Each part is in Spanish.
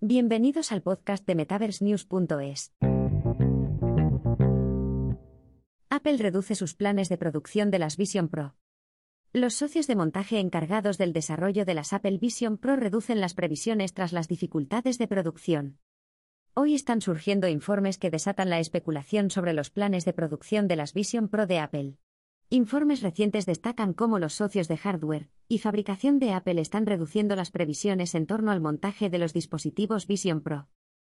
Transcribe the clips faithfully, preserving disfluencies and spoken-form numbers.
Bienvenidos al podcast de Metaverse News punto es. Apple reduce sus planes de producción de las Vision Pro. Los socios de montaje encargados del desarrollo de las Apple Vision Pro reducen las previsiones tras las dificultades de producción. Hoy están surgiendo informes que desatan la especulación sobre los planes de producción de las Vision Pro de Apple. Informes recientes destacan cómo los socios de hardware y fabricación de Apple están reduciendo las previsiones en torno al montaje de los dispositivos Vision Pro.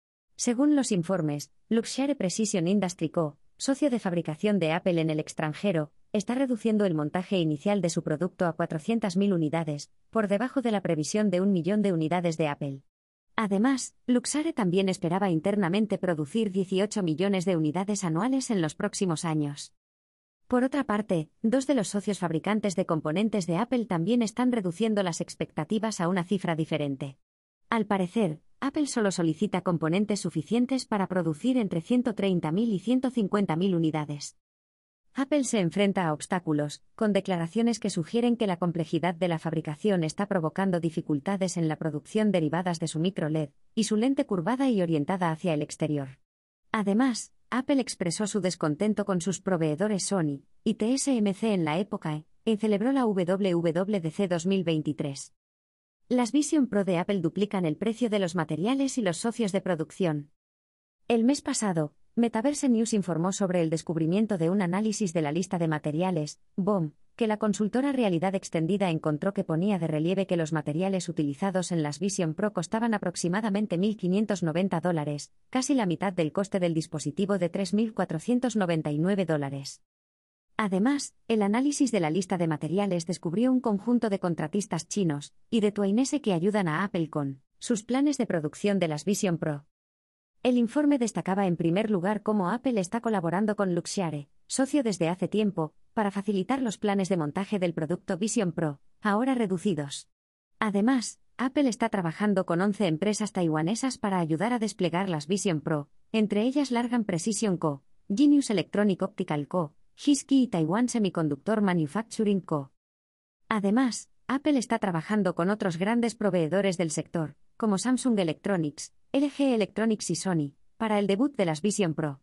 Según los informes, Luxshare Precision Industry Co., socio de fabricación de Apple en el extranjero, está reduciendo el montaje inicial de su producto a cuatrocientas mil unidades, por debajo de la previsión de un millón de unidades de Apple. Además, Luxshare también esperaba internamente producir dieciocho millones de unidades anuales en los próximos años. Por otra parte, dos de los socios fabricantes de componentes de Apple también están reduciendo las expectativas a una cifra diferente. Al parecer, Apple solo solicita componentes suficientes para producir entre ciento treinta mil y ciento cincuenta mil unidades. Apple se enfrenta a obstáculos, con declaraciones que sugieren que la complejidad de la fabricación está provocando dificultades en la producción derivadas de su micro L E D y su lente curvada y orientada hacia el exterior. Además, Apple expresó su descontento con sus proveedores Sony y T S M C en la época en celebró la W W D C dos mil veintitrés. Las Vision Pro de Apple duplican el precio de los materiales y los socios de producción. El mes pasado, Metaverse News informó sobre el descubrimiento de un análisis de la lista de materiales, B O M, que la consultora Realidad Extendida encontró que ponía de relieve que los materiales utilizados en las Vision Pro costaban aproximadamente mil quinientos noventa dólares, casi la mitad del coste del dispositivo de tres mil cuatrocientos noventa y nueve dólares. Además, el análisis de la lista de materiales descubrió un conjunto de contratistas chinos y de Taiwanese que ayudan a Apple con sus planes de producción de las Vision Pro. El informe destacaba en primer lugar cómo Apple está colaborando con Luxshare, socio desde hace tiempo, para facilitar los planes de montaje del producto Vision Pro, ahora reducidos. Además, Apple está trabajando con once empresas taiwanesas para ayudar a desplegar las Vision Pro, entre ellas Largan Precision Co., Genius Electronic Optical Co., Hisky y Taiwan Semiconductor Manufacturing Co. Además, Apple está trabajando con otros grandes proveedores del sector, como Samsung Electronics, L G Electronics y Sony, para el debut de las Vision Pro.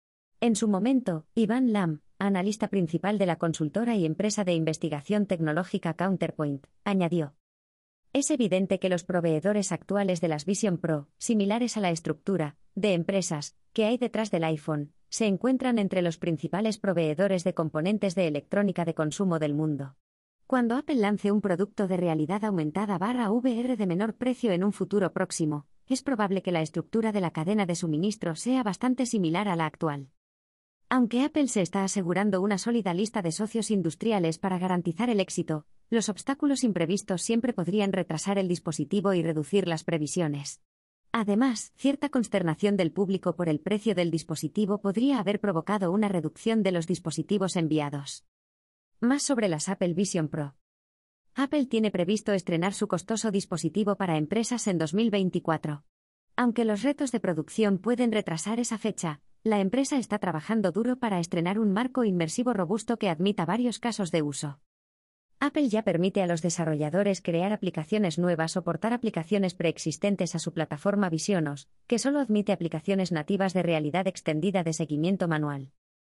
En su momento, Ivan Lam, analista principal de la consultora y empresa de investigación tecnológica Counterpoint, añadió: es evidente que los proveedores actuales de las Vision Pro, similares a la estructura de empresas que hay detrás del iPhone, se encuentran entre los principales proveedores de componentes de electrónica de consumo del mundo. Cuando Apple lance un producto de realidad aumentada barra V R de menor precio en un futuro próximo, es probable que la estructura de la cadena de suministro sea bastante similar a la actual. Aunque Apple se está asegurando una sólida lista de socios industriales para garantizar el éxito, los obstáculos imprevistos siempre podrían retrasar el dispositivo y reducir las previsiones. Además, cierta consternación del público por el precio del dispositivo podría haber provocado una reducción de los dispositivos enviados. Más sobre las Apple Vision Pro. Apple tiene previsto estrenar su costoso dispositivo para empresas en dos mil veinticuatro. Aunque los retos de producción pueden retrasar esa fecha, la empresa está trabajando duro para estrenar un marco inmersivo robusto que admita varios casos de uso. Apple ya permite a los desarrolladores crear aplicaciones nuevas o portar aplicaciones preexistentes a su plataforma Visionos, que solo admite aplicaciones nativas de realidad extendida de seguimiento manual.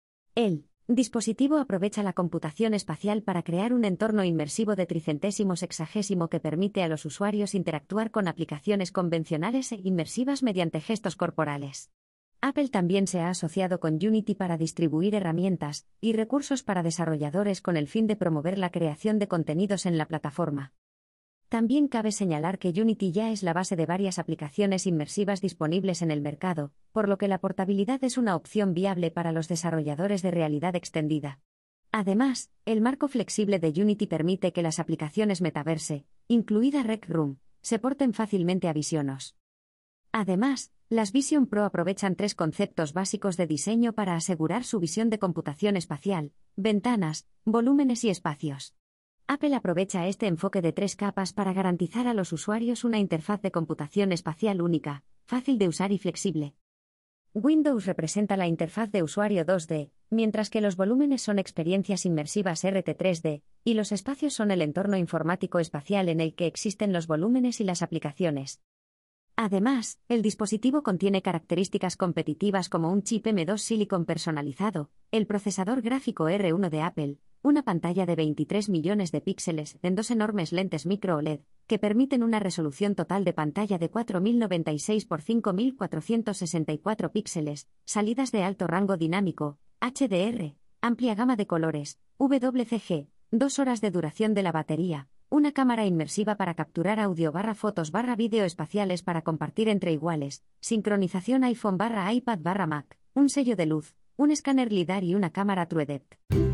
El dispositivo aprovecha la computación espacial para crear un entorno inmersivo de tricentésimo sexagésimo que permite a los usuarios interactuar con aplicaciones convencionales e inmersivas mediante gestos corporales. Apple también se ha asociado con Unity para distribuir herramientas y recursos para desarrolladores con el fin de promover la creación de contenidos en la plataforma. También cabe señalar que Unity ya es la base de varias aplicaciones inmersivas disponibles en el mercado, por lo que la portabilidad es una opción viable para los desarrolladores de realidad extendida. Además, el marco flexible de Unity permite que las aplicaciones Metaverse, incluida Rec Room, se porten fácilmente a Visionos. Además, las Vision Pro aprovechan tres conceptos básicos de diseño para asegurar su visión de computación espacial: ventanas, volúmenes y espacios. Apple aprovecha este enfoque de tres capas para garantizar a los usuarios una interfaz de computación espacial única, fácil de usar y flexible. Windows representa la interfaz de usuario dos D, mientras que los volúmenes son experiencias inmersivas R T tres D, y los espacios son el entorno informático espacial en el que existen los volúmenes y las aplicaciones. Además, el dispositivo contiene características competitivas como un chip eme dos Silicon personalizado, el procesador gráfico erre uno de Apple, una pantalla de veintitrés millones de píxeles en dos enormes lentes micro O L E D, que permiten una resolución total de pantalla de cuatro mil noventa y seis por cinco mil cuatrocientos sesenta y cuatro píxeles, salidas de alto rango dinámico, hache de erre, amplia gama de colores, doble u ce ge, dos horas de duración de la batería, una cámara inmersiva para capturar audio barra fotos barra vídeo espaciales para compartir entre iguales, sincronización iPhone barra iPad barra Mac, un sello de luz, un escáner LiDAR y una cámara TrueDepth.